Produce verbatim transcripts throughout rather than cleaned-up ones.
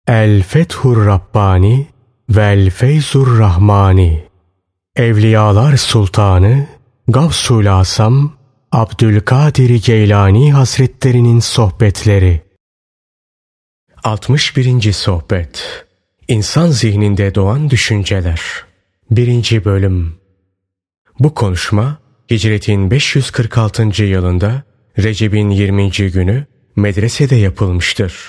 El Fethur Rabbani vel Feyzur Rahmani. Evliyalar Sultanı Gavsul Asam Abdülkadir Geylani Hazretlerinin sohbetleri. altmış birinci sohbet. İnsan zihninde doğan düşünceler. birinci bölüm. Bu konuşma Hicretin beş yüz kırk altıncı yılında Recep'in yirminci günü medresede yapılmıştır.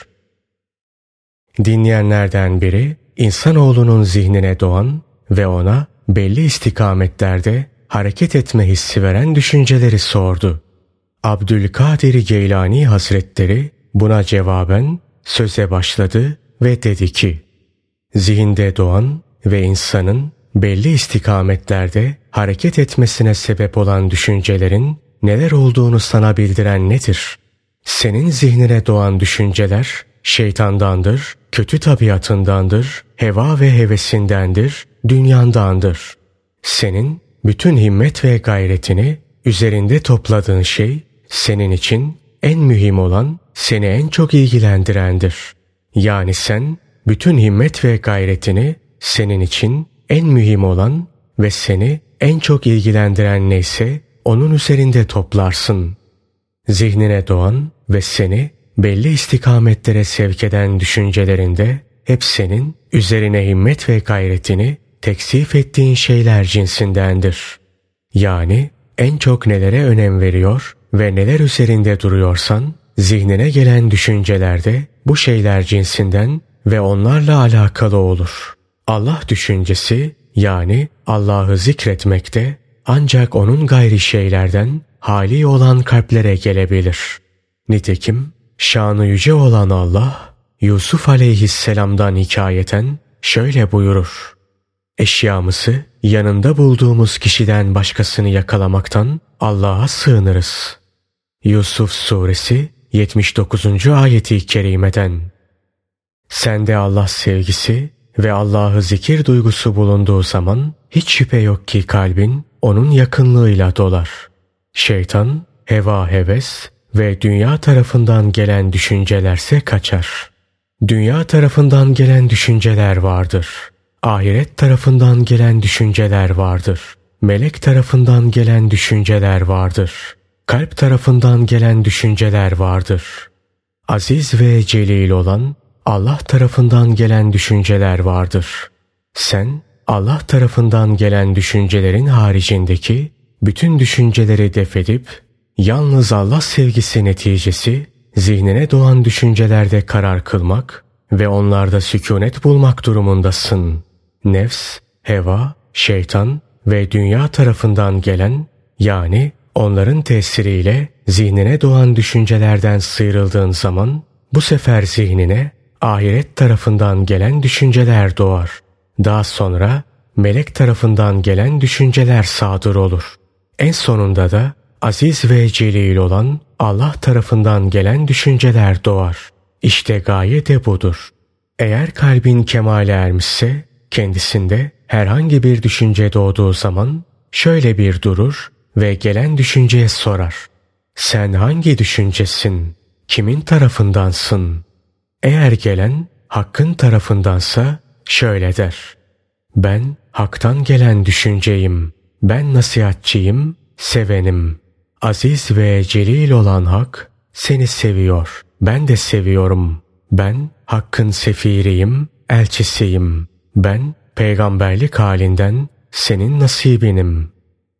Dinleyenlerden biri insanoğlunun zihnine doğan ve ona belli istikametlerde hareket etme hissi veren düşünceleri sordu. Abdülkadir Geylani Hazretleri buna cevaben söze başladı ve dedi ki, zihinde doğan ve insanın belli istikametlerde hareket etmesine sebep olan düşüncelerin neler olduğunu sana bildiren nedir? Senin zihnine doğan düşünceler şeytandandır, kötü tabiatındandır, heva ve hevesindendir, dünyandandır. Senin bütün himmet ve gayretini üzerinde topladığın şey senin için en mühim olan, seni en çok ilgilendirendir. Yani sen bütün himmet ve gayretini senin için en mühim olan ve seni en çok ilgilendiren neyse onun üzerinde toplarsın. Zihnine doğan ve seni belli istikametlere sevk eden düşüncelerinde hep senin üzerine himmet ve gayretini teksif ettiğin şeyler cinsindendir. Yani en çok nelere önem veriyor ve neler üzerinde duruyorsan zihnine gelen düşüncelerde bu şeyler cinsinden ve onlarla alakalı olur. Allah düşüncesi yani Allah'ı zikretmekte ancak onun gayri şeylerden hali olan kalplere gelebilir. Nitekim şanı yüce olan Allah Yusuf aleyhisselamdan hikayeten şöyle buyurur. Eşyamızı yanında bulduğumuz kişiden başkasını yakalamaktan Allah'a sığınırız. Yusuf suresi yetmiş dokuzuncu ayeti kerimeden. Sende Allah sevgisi ve Allah'ı zikir duygusu bulunduğu zaman hiç şüphe yok ki kalbin onun yakınlığıyla dolar. Şeytan, heva heves ve dünya tarafından gelen düşüncelerse kaçar. Dünya tarafından gelen düşünceler vardır. Ahiret tarafından gelen düşünceler vardır. Melek tarafından gelen düşünceler vardır. Kalp tarafından gelen düşünceler vardır. Aziz ve celil olan Allah tarafından gelen düşünceler vardır. Sen Allah tarafından gelen düşüncelerin haricindeki bütün düşünceleri defedip yalnız Allah sevgisi neticesi zihnine doğan düşüncelerde karar kılmak ve onlarda sükûnet bulmak durumundasın. Nefs, heva, şeytan ve dünya tarafından gelen yani onların tesiriyle zihnine doğan düşüncelerden sıyrıldığın zaman bu sefer zihnine ahiret tarafından gelen düşünceler doğar. Daha sonra melek tarafından gelen düşünceler sadır olur. En sonunda da aziz ve celil olan Allah tarafından gelen düşünceler doğar. İşte gaye de budur. Eğer kalbin kemale ermişse kendisinde herhangi bir düşünce doğduğu zaman şöyle bir durur ve gelen düşünceye sorar. Sen hangi düşüncesin? Kimin tarafındansın? Eğer gelen Hakk'ın tarafındansa şöyle der. Ben Hak'tan gelen düşünceyim. Ben nasihatçiyim, sevenim. Aziz ve celil olan Hak seni seviyor. Ben de seviyorum. Ben Hakk'ın sefiriyim, elçisiyim. Ben peygamberlik halinden senin nasibinim.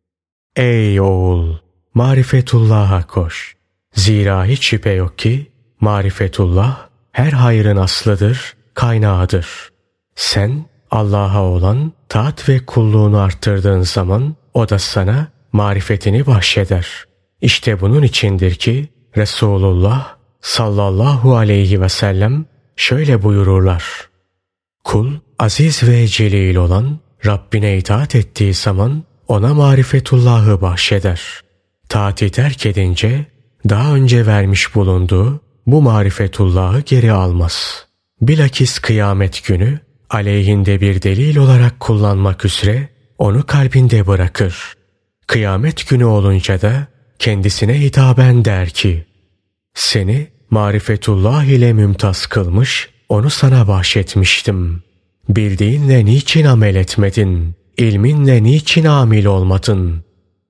Ey oğul! Marifetullah'a koş. Zira hiç şüphe yok ki marifetullah her hayrın aslıdır, kaynağıdır. Sen Allah'a olan taat ve kulluğunu arttırdığın zaman o da sana marifetini bahşeder. İşte bunun içindir ki Resulullah sallallahu aleyhi ve sellem şöyle buyururlar. Kul aziz ve celil olan Rabbine itaat ettiği zaman ona marifetullahı bahşeder. Taati terk edince daha önce vermiş bulunduğu bu marifetullahı geri almaz. Bilakis kıyamet günü aleyhinde bir delil olarak kullanmak üzere onu kalbinde bırakır. Kıyamet günü olunca da kendisine hitaben der ki, seni marifetullah ile mümtaz kılmış onu sana bahşetmiştim. Bildiğinle niçin amel etmedin? İlminle niçin amil olmadın?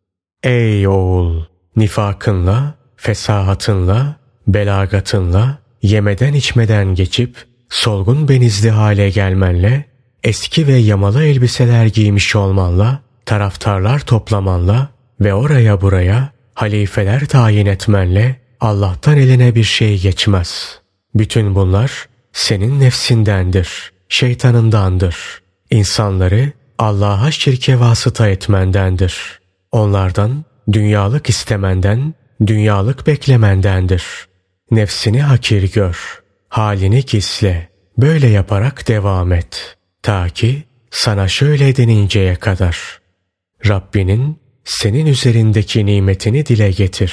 Ey oğul! Nifakınla, fesahatınla, belagatınla, yemeden içmeden geçip, solgun benizli hale gelmenle, eski ve yamalı elbiseler giymiş olmanla, taraftarlar toplamanla ve oraya buraya halifeler tayin etmenle Allah'tan eline bir şey geçmez. Bütün bunlar senin nefsindendir, şeytanındandır. İnsanları Allah'a şirke vasıta etmendendir. Onlardan dünyalık istemenden, dünyalık beklemendendir. Nefsini hakir gör, halini gizle, böyle yaparak devam et. Ta ki sana şöyle deninceye kadar. Rabbinin senin üzerindeki nimetini dile getir.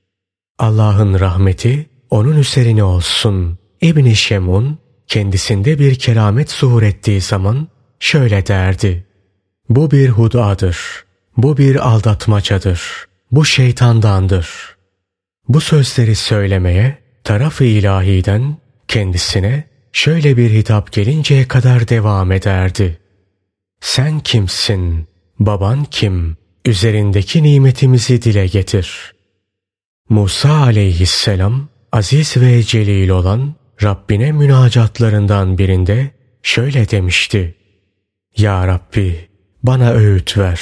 Allah'ın rahmeti onun üzerine olsun. İbn-i Şem'un kendisinde bir keramet zuhur ettiği zaman şöyle derdi. Bu bir hudadır. Bu bir aldatmacadır. Bu şeytandandır. Bu sözleri söylemeye taraf-ı ilahiden kendisine şöyle bir hitap gelinceye kadar devam ederdi. Sen kimsin? Baban kim? Üzerindeki nimetimizi dile getir. Musa aleyhisselam aziz ve celil olan Rabbine münacatlarından birinde şöyle demişti. Ya Rabbi, bana öğüt ver.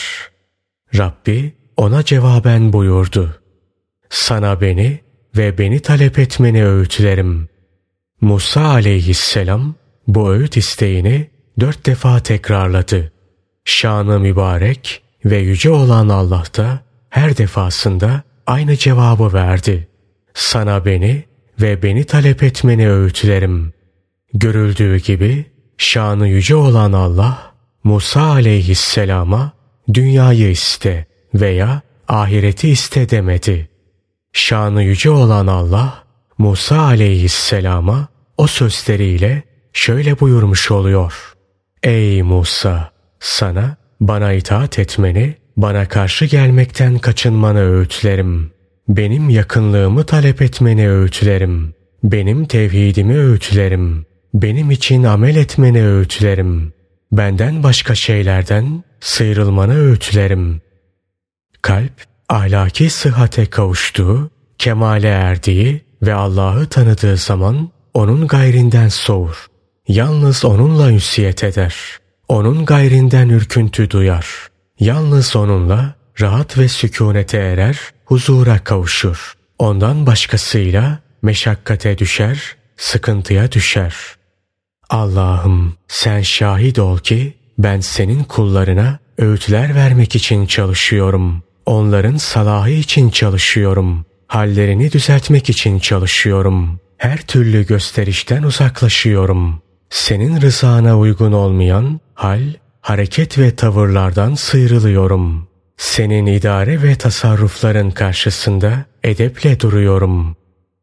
Rabbi ona cevaben buyurdu. Sana beni ve beni talep etmeni öğütlerim. Musa aleyhisselam bu öğüt isteğini dört defa tekrarladı. Şanı mübarek ve yüce olan Allah da her defasında aynı cevabı verdi. Sana beni ve beni talep etmeni öğütlerim. Görüldüğü gibi şanı yüce olan Allah Musa aleyhisselama dünyayı iste veya ahireti iste demedi. Şanı yüce olan Allah Musa aleyhisselama o sözleriyle şöyle buyurmuş oluyor. Ey Musa! Sana bana itaat etmeni, bana karşı gelmekten kaçınmanı öğütlerim. Benim yakınlığımı talep etmeni öğütlerim. Benim tevhidimi öğütlerim. Benim için amel etmeni öğütlerim. Benden başka şeylerden sıyrılmanı öğütlerim. Kalp, ahlaki sıhhate kavuştuğu, kemale erdiği ve Allah'ı tanıdığı zaman onun gayrinden soğur. Yalnız onunla ünsiyet eder. Onun gayrinden ürküntü duyar. Yalnız onunla rahat ve sükûnete erer, huzura kavuşur. Ondan başkasıyla meşakkate düşer, sıkıntıya düşer. Allah'ım sen şahit ol ki ben senin kullarına öğütler vermek için çalışıyorum. Onların salahı için çalışıyorum. Hallerini düzeltmek için çalışıyorum. Her türlü gösterişten uzaklaşıyorum. Senin rızana uygun olmayan hal, hareket ve tavırlardan sıyrılıyorum. Senin idare ve tasarrufların karşısında edeple duruyorum.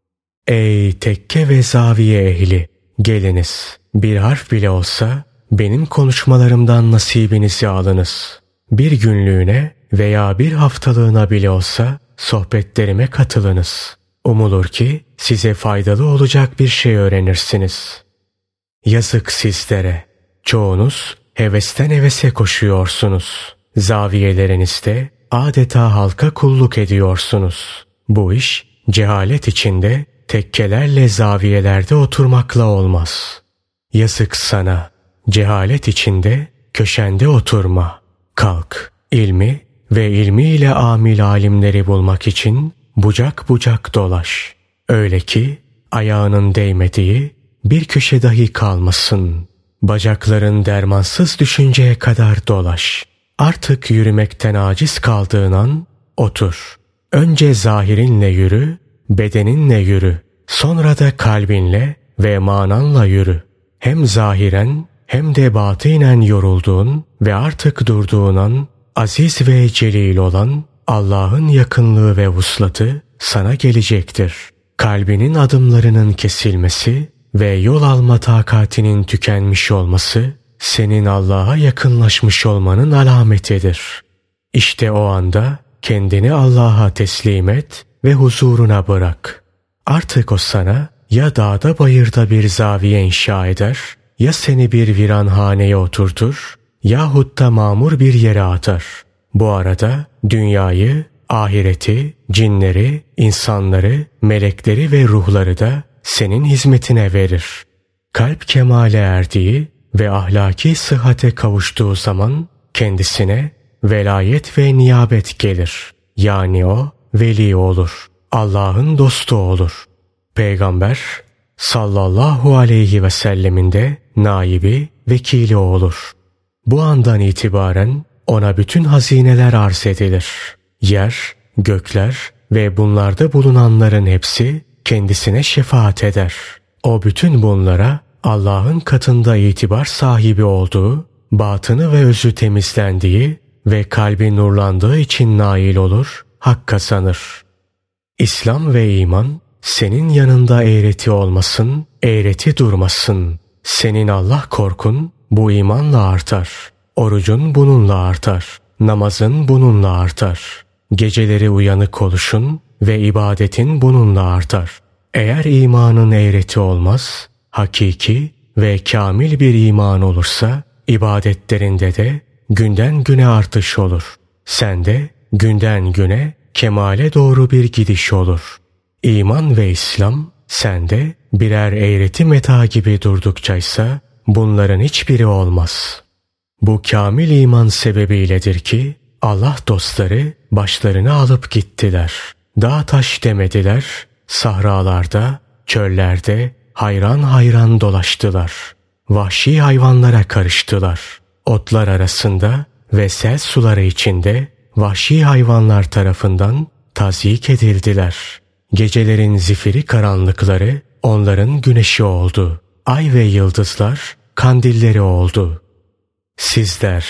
Ey tekke ve zaviye ehli! Geliniz, bir harf bile olsa benim konuşmalarımdan nasibinizi alınız. Bir günlüğüne veya bir haftalığına bile olsa sohbetlerime katılınız. Umulur ki size faydalı olacak bir şey öğrenirsiniz. Yazık sizlere! Çoğunuz hevesten hevese koşuyorsunuz. Zaviyelerinizde adeta halka kulluk ediyorsunuz. Bu iş cehalet içinde tekkelerle zaviyelerde oturmakla olmaz. Yazık sana! Cehalet içinde köşende oturma. Kalk, ilmi ve ilmiyle amil alimleri bulmak için bucak bucak dolaş. Öyle ki ayağının değmediği bir köşe dahi kalmasın. Bacakların dermansız düşünceye kadar dolaş. Artık yürümekten aciz kaldığın an otur. Önce zahirinle yürü, bedeninle yürü. Sonra da kalbinle ve mananla yürü. Hem zahiren hem de batinen yorulduğun ve artık durduğun an aziz ve celil olan Allah'ın yakınlığı ve vuslatı sana gelecektir. Kalbinin adımlarının kesilmesi ve yol alma takatinin tükenmiş olması senin Allah'a yakınlaşmış olmanın alametidir. İşte o anda kendini Allah'a teslim et ve huzuruna bırak. Artık o sana Ya dağda bayırda bir zaviye inşa eder, ya seni bir viranhaneye oturtur, yahut da mamur bir yere atar. Bu arada dünyayı, ahireti, cinleri, insanları, melekleri ve ruhları da senin hizmetine verir. Kalp kemale erdiği ve ahlaki sıhhate kavuştuğu zaman kendisine velayet ve niyabet gelir. Yani o veli olur. Allah'ın dostu olur. Peygamber sallallahu aleyhi ve sellemin de naibi, vekili olur. Bu andan itibaren ona bütün hazineler arz edilir. Yer, gökler ve bunlarda bulunanların hepsi kendisine şefaat eder. O bütün bunlara Allah'ın katında itibar sahibi olduğu, batını ve özü temizlendiği ve kalbi nurlandığı için nail olur, hak kazanır. İslam ve iman senin yanında eğreti olmasın, eğreti durmasın. Senin Allah korkun bu imanla artar. Orucun bununla artar. Namazın bununla artar. Geceleri uyanık oluşun ve ibadetin bununla artar. Eğer imanın eğreti olmaz, hakiki ve kamil bir iman olursa ibadetlerinde de günden güne artış olur. Sende günden güne kemale doğru bir gidiş olur. İman ve İslam sende birer eğreti meta gibi durdukçaysa bunların hiçbiri olmaz. Bu kamil iman sebebiyledir ki Allah dostları başlarını alıp gittiler. Dağ taş demediler, sahralarda, çöllerde hayran hayran dolaştılar. Vahşi hayvanlara karıştılar. Otlar arasında ve sel suları içinde vahşi hayvanlar tarafından tazyik edildiler. Gecelerin zifiri karanlıkları onların güneşi oldu. Ay ve yıldızlar kandilleri oldu. Sizler,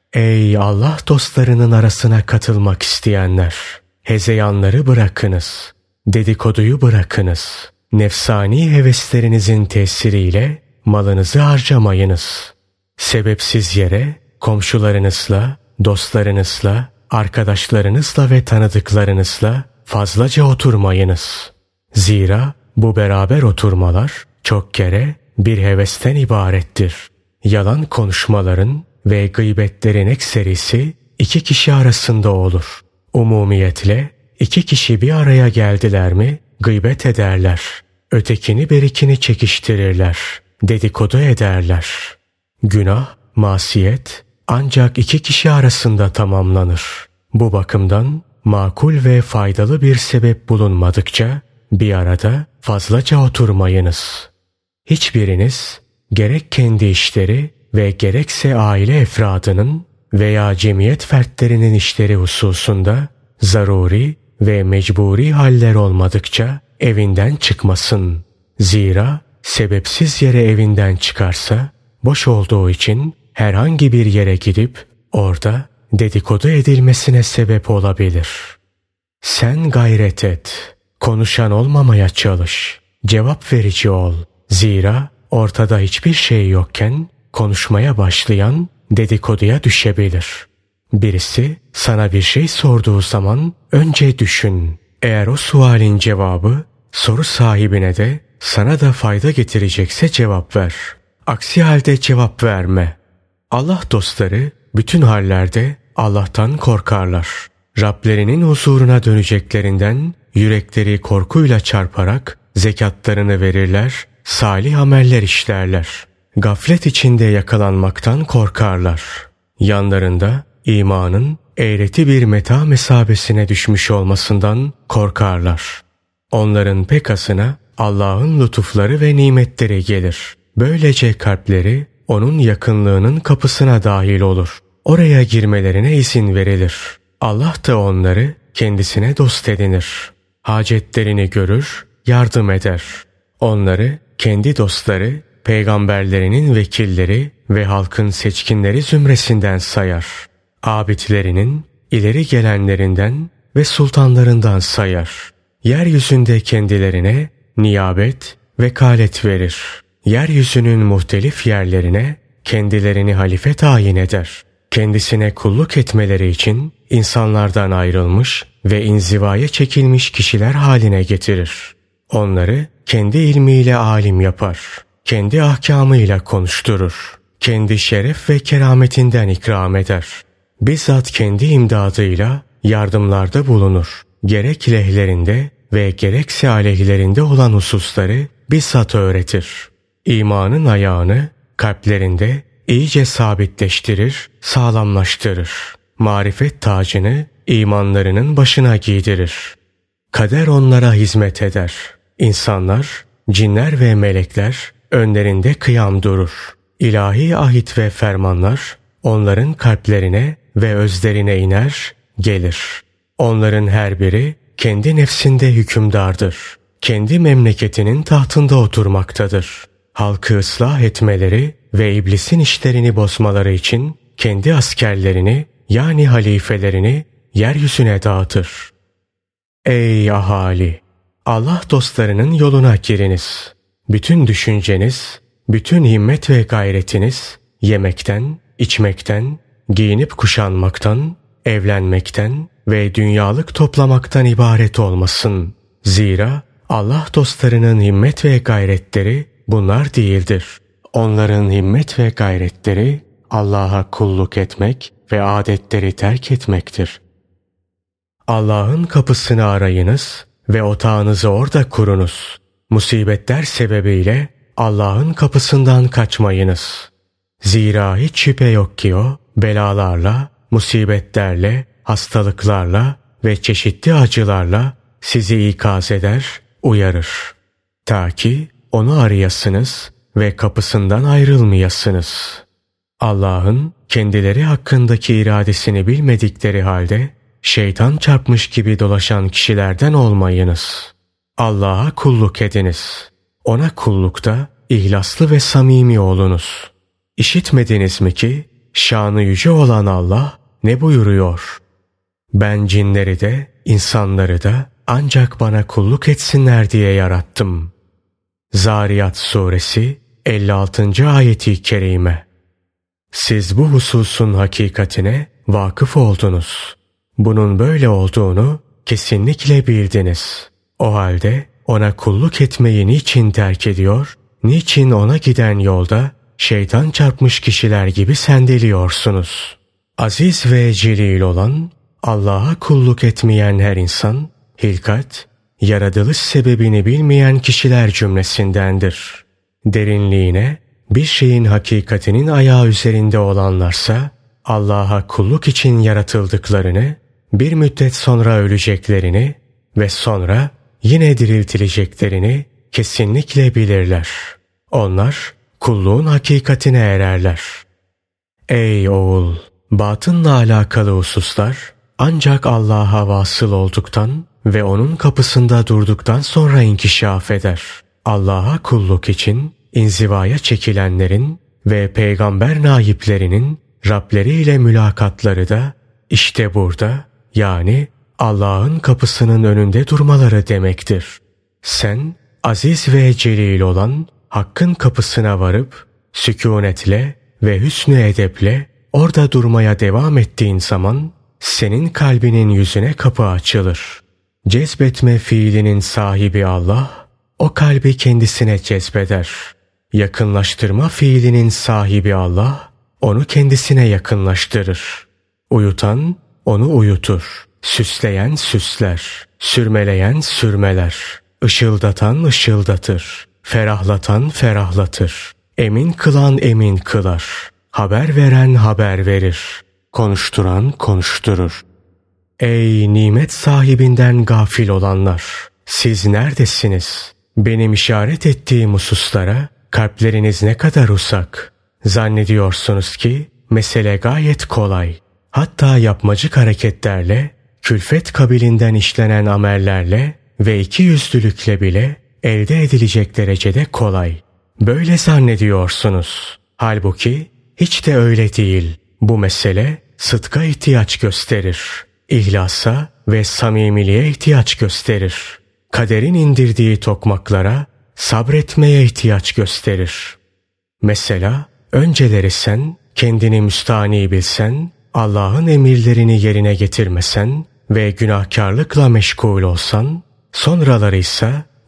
ey Allah dostlarının arasına katılmak isteyenler, hezeyanları bırakınız, dedikoduyu bırakınız. Nefsani heveslerinizin tesiriyle malınızı harcamayınız. Sebepsiz yere komşularınızla, dostlarınızla, arkadaşlarınızla ve tanıdıklarınızla fazlaca oturmayınız. Zira bu beraber oturmalar çok kere bir hevesten ibarettir. Yalan konuşmaların ve gıybetlerin ekserisi iki kişi arasında olur. Umumiyetle iki kişi bir araya geldiler mi gıybet ederler. Ötekini berikini çekiştirirler. Dedikodu ederler. Günah, masiyet ancak iki kişi arasında tamamlanır. Bu bakımdan makul ve faydalı bir sebep bulunmadıkça bir arada fazlaca oturmayınız. Hiçbiriniz gerek kendi işleri ve gerekse aile efradının veya cemiyet fertlerinin işleri hususunda zaruri ve mecburi haller olmadıkça evinden çıkmasın. Zira sebepsiz yere evinden çıkarsa boş olduğu için herhangi bir yere gidip orada dedikodu edilmesine sebep olabilir. Sen gayret et, konuşan olmamaya çalış, cevap verici ol. Zira ortada hiçbir şey yokken konuşmaya başlayan dedikoduya düşebilir. Birisi sana bir şey sorduğu zaman önce düşün. Eğer o sualin cevabı soru sahibine de sana da fayda getirecekse cevap ver. Aksi halde cevap verme. Allah dostları bütün hallerde Allah'tan korkarlar. Rablerinin huzuruna döneceklerinden yürekleri korkuyla çarparak zekatlarını verirler, salih ameller işlerler. Gaflet içinde yakalanmaktan korkarlar. Yanlarında imanın eğreti bir meta mesabesine düşmüş olmasından korkarlar. Onların pekasına Allah'ın lütufları ve nimetleri gelir. Böylece kalpleri onun yakınlığının kapısına dahil olur. Oraya girmelerine izin verilir. Allah da onları kendisine dost edinir. Hacetlerini görür, yardım eder. Onları kendi dostları, peygamberlerinin vekilleri ve halkın seçkinleri zümresinden sayar. Abidlerinin, ileri gelenlerinden ve sultanlarından sayar. Yeryüzünde kendilerine niyabet, vekalet verir. Yeryüzünün muhtelif yerlerine kendilerini halife tayin eder. Kendisine kulluk etmeleri için insanlardan ayrılmış ve inzivaya çekilmiş kişiler haline getirir. Onları kendi ilmiyle alim yapar. Kendi ahkamıyla konuşturur. Kendi şeref ve kerametinden ikram eder. Bizzat kendi imdadıyla yardımlarda bulunur. Gerek lehlerinde ve gerekse aleyhlerinde olan hususları bizzat öğretir. İmanın ayağını kalplerinde iyice sabitleştirir, sağlamlaştırır. Marifet tacını imanlarının başına giydirir. Kader onlara hizmet eder. İnsanlar, cinler ve melekler önlerinde kıyam durur. İlahi ahit ve fermanlar onların kalplerine ve özlerine iner, gelir. Onların her biri kendi nefsinde hükümdardır. Kendi memleketinin tahtında oturmaktadır. Halkı ıslah etmeleri ve iblisin işlerini bozmaları için kendi askerlerini yani halifelerini yeryüzüne dağıtır. Ey ahali! Allah dostlarının yoluna giriniz. Bütün düşünceniz, bütün himmet ve gayretiniz yemekten, içmekten, giyinip kuşanmaktan, evlenmekten ve dünyalık toplamaktan ibaret olmasın. Zira Allah dostlarının himmet ve gayretleri bunlar değildir. Onların himmet ve gayretleri Allah'a kulluk etmek ve adetleri terk etmektir. Allah'ın kapısını arayınız ve otağınızı orada kurunuz. Musibetler sebebiyle Allah'ın kapısından kaçmayınız. Zira hiç şüphe yok ki o belalarla, musibetlerle, hastalıklarla ve çeşitli acılarla sizi ikaz eder, uyarır. Ta ki onu arayasınız ve kapısından ayrılmayasınız. Allah'ın kendileri hakkındaki iradesini bilmedikleri halde şeytan çarpmış gibi dolaşan kişilerden olmayınız. Allah'a kulluk ediniz. Ona kullukta ihlaslı ve samimi olunuz. İşitmediniz mi ki şanı yüce olan Allah ne buyuruyor? Ben cinleri de insanları da ancak bana kulluk etsinler diye yarattım. Zariyat suresi elli altıncı ayeti kerime. Siz bu hususun hakikatine vakıf oldunuz. Bunun böyle olduğunu kesinlikle bildiniz. O halde ona kulluk etmeyi niçin terk ediyor, niçin ona giden yolda şeytan çarpmış kişiler gibi sendeliyorsunuz? Aziz ve celil olan Allah'a kulluk etmeyen her insan, hilkat, yaratılış sebebini bilmeyen kişiler cümlesindendir. Derinliğine bir şeyin hakikatinin ayağı üzerinde olanlarsa, Allah'a kulluk için yaratıldıklarını, bir müddet sonra öleceklerini ve sonra yine diriltileceklerini kesinlikle bilirler. Onlar kulluğun hakikatine ererler. Ey oğul! Batınla alakalı hususlar ancak Allah'a vasıl olduktan ve onun kapısında durduktan sonra inkişaf eder. Allah'a kulluk için inzivaya çekilenlerin ve peygamber naiplerinin Rableriyle mülakatları da işte burada, yani Allah'ın kapısının önünde durmaları demektir. Sen aziz ve celil olan Hakk'ın kapısına varıp sükunetle ve hüsnü edeple orada durmaya devam ettiğin zaman senin kalbinin yüzüne kapı açılır. Cezbetme fiilinin sahibi Allah, o kalbi kendisine cezbeder. Yakınlaştırma fiilinin sahibi Allah, onu kendisine yakınlaştırır. Uyutan onu uyutur. Süsleyen süsler. Sürmeleyen sürmeler. Işıldatan ışıldatır. Ferahlatan ferahlatır. Emin kılan emin kılar. Haber veren haber verir. Konuşturan konuşturur. Ey nimet sahibinden gafil olanlar! Siz neredesiniz? Benim işaret ettiğim hususlara kalpleriniz ne kadar uzak. Zannediyorsunuz ki mesele gayet kolay. Hatta yapmacık hareketlerle, külfet kabilinden işlenen amellerle ve iki yüzlülükle bile elde edilecek derecede kolay. Böyle zannediyorsunuz. Halbuki hiç de öyle değil. Bu mesele sıdka ihtiyaç gösterir. İhlasa ve samimiliğe ihtiyaç gösterir. Kaderin indirdiği tokmaklara sabretmeye ihtiyaç gösterir. Mesela önceleri sen kendini müstahni bilsen, Allah'ın emirlerini yerine getirmesen ve günahkarlıkla meşgul olsan, sonraları ise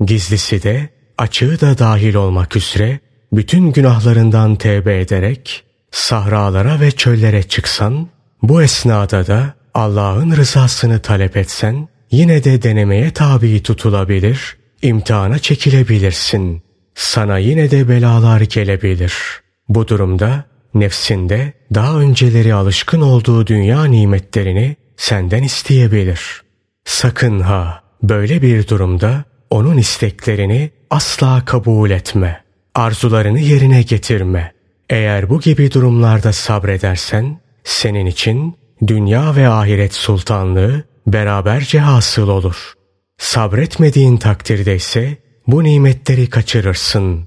gizlisi de açığı da dahil olmak üzere bütün günahlarından tevbe ederek sahralara ve çöllere çıksan, bu esnada da Allah'ın rızasını talep etsen, yine de denemeye tabi tutulabilir, imtihana çekilebilirsin. Sana yine de belalar gelebilir. Bu durumda nefsinde daha önceleri alışkın olduğu dünya nimetlerini senden isteyebilir. Sakın ha, böyle bir durumda onun isteklerini asla kabul etme. Arzularını yerine getirme. Eğer bu gibi durumlarda sabredersen, senin için dünya ve ahiret sultanlığı beraberce hasıl olur. Sabretmediğin takdirde ise bu nimetleri kaçırırsın.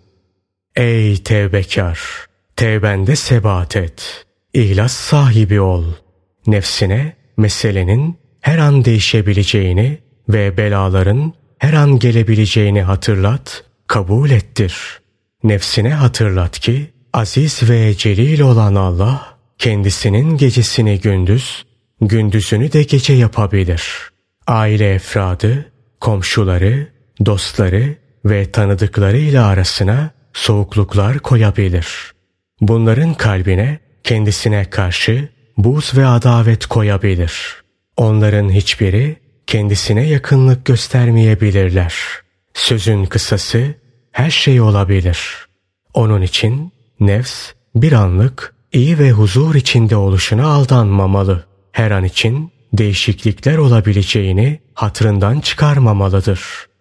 Ey tevbekar! Tevbende sebat et. İhlas sahibi ol. Nefsine meselenin her an değişebileceğini ve belaların her an gelebileceğini hatırlat, kabul ettir. Nefsine hatırlat ki aziz ve celil olan Allah kendisinin gecesini gündüz, gündüzünü de gece yapabilir. Aile efradı, komşuları, dostları ve tanıdıklarıyla arasına soğukluklar koyabilir. Bunların kalbine kendisine karşı buz ve adavet koyabilir. Onların hiçbiri kendisine yakınlık göstermeyebilirler. Sözün kısası her şey olabilir. Onun için nefs bir anlık iyi ve huzur içinde oluşuna aldanmamalı. Her an için değişiklikler olabileceğini hatırından çıkarmamalıdır.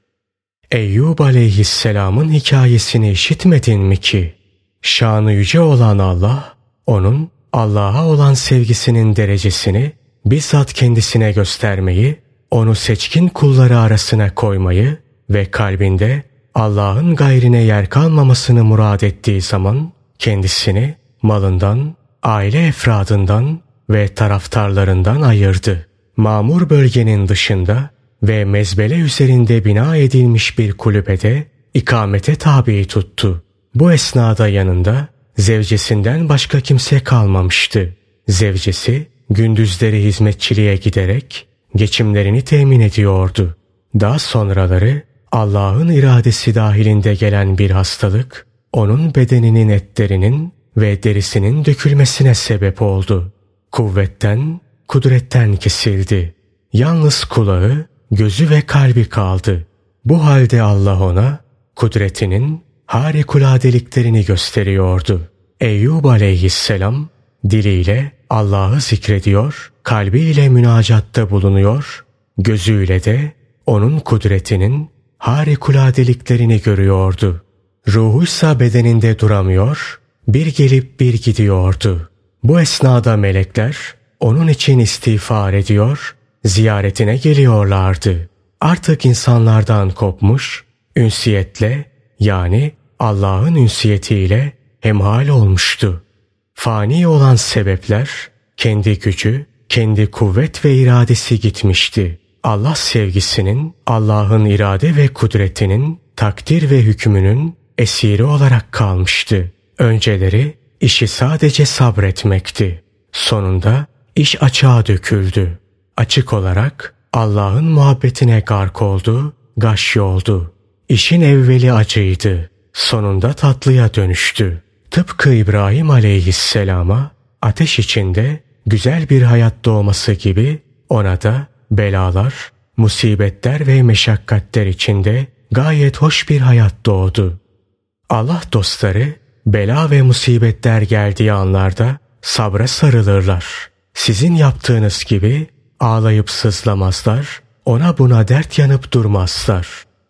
Eyyub aleyhisselamın hikayesini işitmedin mi ki? Şanı yüce olan Allah, onun Allah'a olan sevgisinin derecesini bizzat kendisine göstermeyi, onu seçkin kulları arasına koymayı ve kalbinde Allah'ın gayrine yer kalmamasını murad ettiği zaman kendisini malından, aile efradından ve taraftarlarından ayırdı. Mamur bölgenin dışında ve mezbele üzerinde bina edilmiş bir kulübede ikamete tabi tuttu. Bu esnada yanında zevcesinden başka kimse kalmamıştı. Zevcesi gündüzleri hizmetçiliğe giderek geçimlerini temin ediyordu. Daha sonraları Allah'ın iradesi dahilinde gelen bir hastalık onun bedeninin etlerinin ve derisinin dökülmesine sebep oldu. Kuvvetten, kudretten kesildi. Yalnız kulağı, gözü ve kalbi kaldı. Bu halde Allah ona kudretinin harikuladeliklerini gösteriyordu. Eyyub aleyhisselam diliyle Allah'ı zikrediyor, kalbiyle münacatta bulunuyor, gözüyle de onun kudretinin harikuladeliklerini görüyordu. Ruhuysa bedeninde duramıyor, bir gelip bir gidiyordu. Bu esnada melekler onun için istiğfar ediyor, ziyaretine geliyorlardı. Artık insanlardan kopmuş, ünsiyetle yani Allah'ın ünsiyetiyle hemhal olmuştu. Fani olan sebepler, kendi gücü, kendi kuvvet ve iradesi gitmişti. Allah sevgisinin, Allah'ın irade ve kudretinin, takdir ve hükmünün esiri olarak kalmıştı. Önceleri işi sadece sabretmekti. Sonunda iş açığa döküldü. Açık olarak Allah'ın muhabbetine gark oldu, gaş oldu. İşin evveli acıydı. Sonunda tatlıya dönüştü. Tıpkı İbrahim aleyhisselama ateş içinde güzel bir hayat doğması gibi ona da belalar, musibetler ve meşakkatler içinde gayet hoş bir hayat doğdu. Allah dostları bela ve musibetler geldiği anlarda sabra sarılırlar. Sizin yaptığınız gibi ağlayıp sızlamazlar, ona buna dert yanıp durmazlar.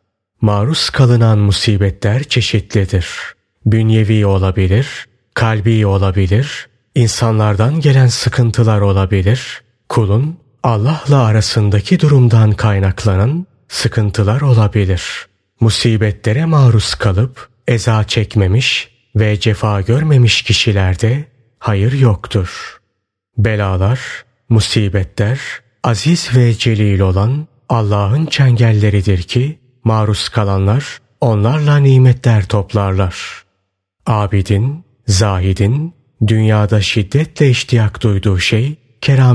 Maruz kalınan musibetler çeşitlidir. Bünyevi olabilir, kalbi olabilir, insanlardan gelen sıkıntılar olabilir, kulun Allah'la arasındaki durumdan kaynaklanan sıkıntılar olabilir. Musibetlere maruz kalıp eza çekmemiş ve cefa görmemiş kişilerde hayır yoktur. Belalar, musibetler, aziz ve celil olan Allah'ın çengelleridir ki maruz kalanlar onlarla nimetler toplarlar. Abidin, zahidin dünyada şiddetle iştiyak duyduğu şey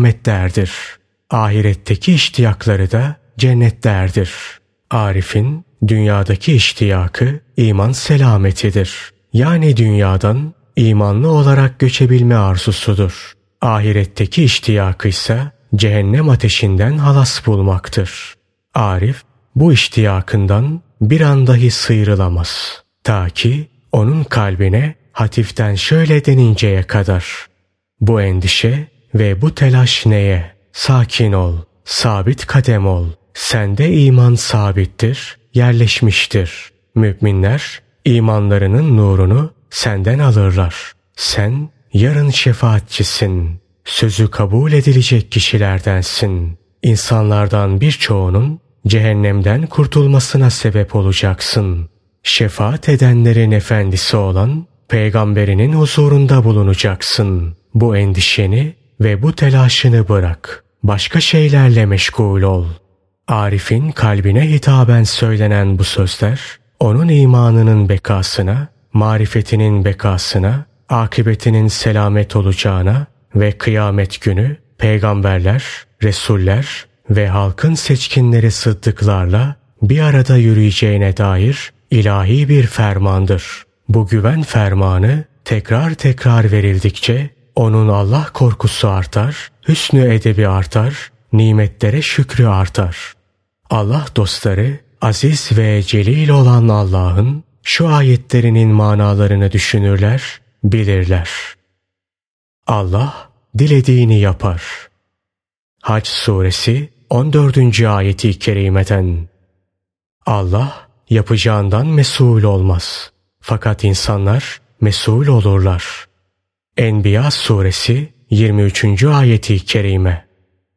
kerametlerdir. Ahiretteki iştiyakları da cennetlerdir. Arif'in dünyadaki iştiyakı iman selametidir. Yani dünyadan imanlı olarak göçebilme arzusudur. Ahiretteki iştiyakı ise cehennem ateşinden halas bulmaktır. Arif bu iştiyakından bir an dahi sıyrılamaz. Ta ki onun kalbine hafiften şöyle deninceye kadar: bu endişe ve bu telaş neye? Sakin ol, sabit kadem ol. Sende iman sabittir, yerleşmiştir. Müminler imanlarının nurunu senden alırlar. Sen yarın şefaatçisin. Sözü kabul edilecek kişilerdensin. İnsanlardan birçoğunun cehennemden kurtulmasına sebep olacaksın. Şefaat edenlerin efendisi olan peygamberinin huzurunda bulunacaksın. Bu endişeni ve bu telaşını bırak. Başka şeylerle meşgul ol. Arif'in kalbine hitaben söylenen bu sözler, onun imanının bekasına, marifetinin bekasına, akıbetinin selamet olacağına ve kıyamet günü peygamberler, resuller ve halkın seçkinleri sıddıklarla bir arada yürüyeceğine dair ilahi bir fermandır. Bu güven fermanı tekrar tekrar verildikçe onun Allah korkusu artar, hüsnü edebi artar, nimetlere şükrü artar. Allah dostları, aziz ve celil olan Allah'ın şu ayetlerinin manalarını düşünürler, bilirler. Allah dilediğini yapar. Hac suresi on dördüncü ayeti kerimeden. Allah yapacağından mesul olmaz. Fakat insanlar mesul olurlar. Enbiya suresi yirmi üçüncü ayeti kerime.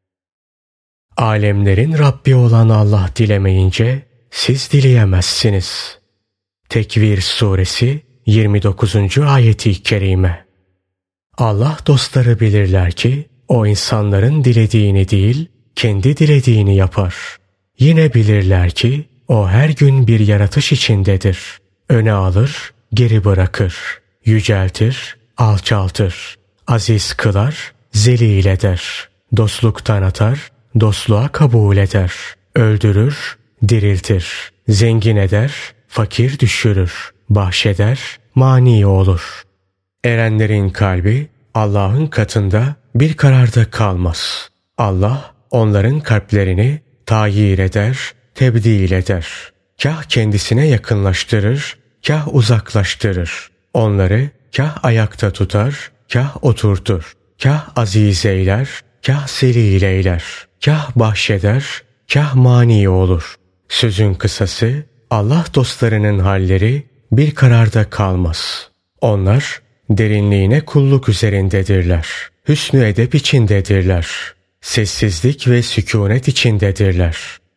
Alemlerin Rabbi olan Allah dilemeyince siz dileyemezsiniz. Tekvir suresi yirmi dokuzuncu ayeti kerime. Allah dostları bilirler ki o insanların dilediğini değil, kendi dilediğini yapar. Yine bilirler ki o her gün bir yaratış içindedir. Öne alır, geri bırakır. Yüceltir, alçaltır. Aziz kılar, zelil eder. Dostluktan atar, dostluğa kabul eder. Öldürür, diriltir. Zengin eder, fakir düşürür. Bahşeder, mani olur. Erenlerin kalbi Allah'ın katında bir kararda kalmaz. Allah onların kalplerini tayir eder, tebdil eder. Kah kendisine yakınlaştırır, kah uzaklaştırır. Onları kah ayakta tutar, kah oturtur. Kah aziz eyler, kah zelil eyler. Kah bahşeder, kah mani olur. Sözün kısası, Allah dostlarının halleri bir kararda kalmaz. Onlar derinliğine kulluk üzerindedirler. Hüsnü edep içindedirler. Sessizlik ve sükûnet içindedirler.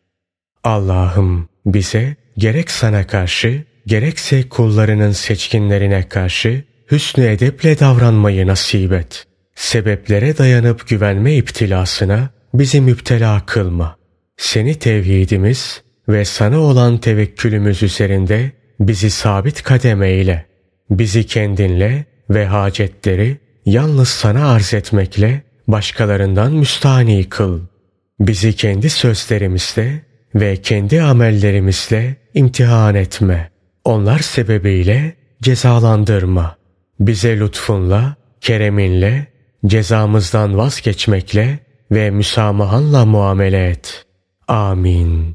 Allah'ım bize gerek sana karşı, gerekse kullarının seçkinlerine karşı hüsnü edeple davranmayı nasip et. Sebeplere dayanıp güvenme iptilasına bizi müptela kılma. Seni tevhidimiz ve sana olan tevekkülümüz üzerinde bizi sabit kadem eyle. Bizi kendinle ve hacetleri yalnız sana arz etmekle başkalarından müstahni kıl. Bizi kendi sözlerimizle ve kendi amellerimizle imtihan etme. Onlar sebebiyle cezalandırma. Bize lütfunla, kereminle, cezamızdan vazgeçmekle ve müsamahanla muamele et. Amin.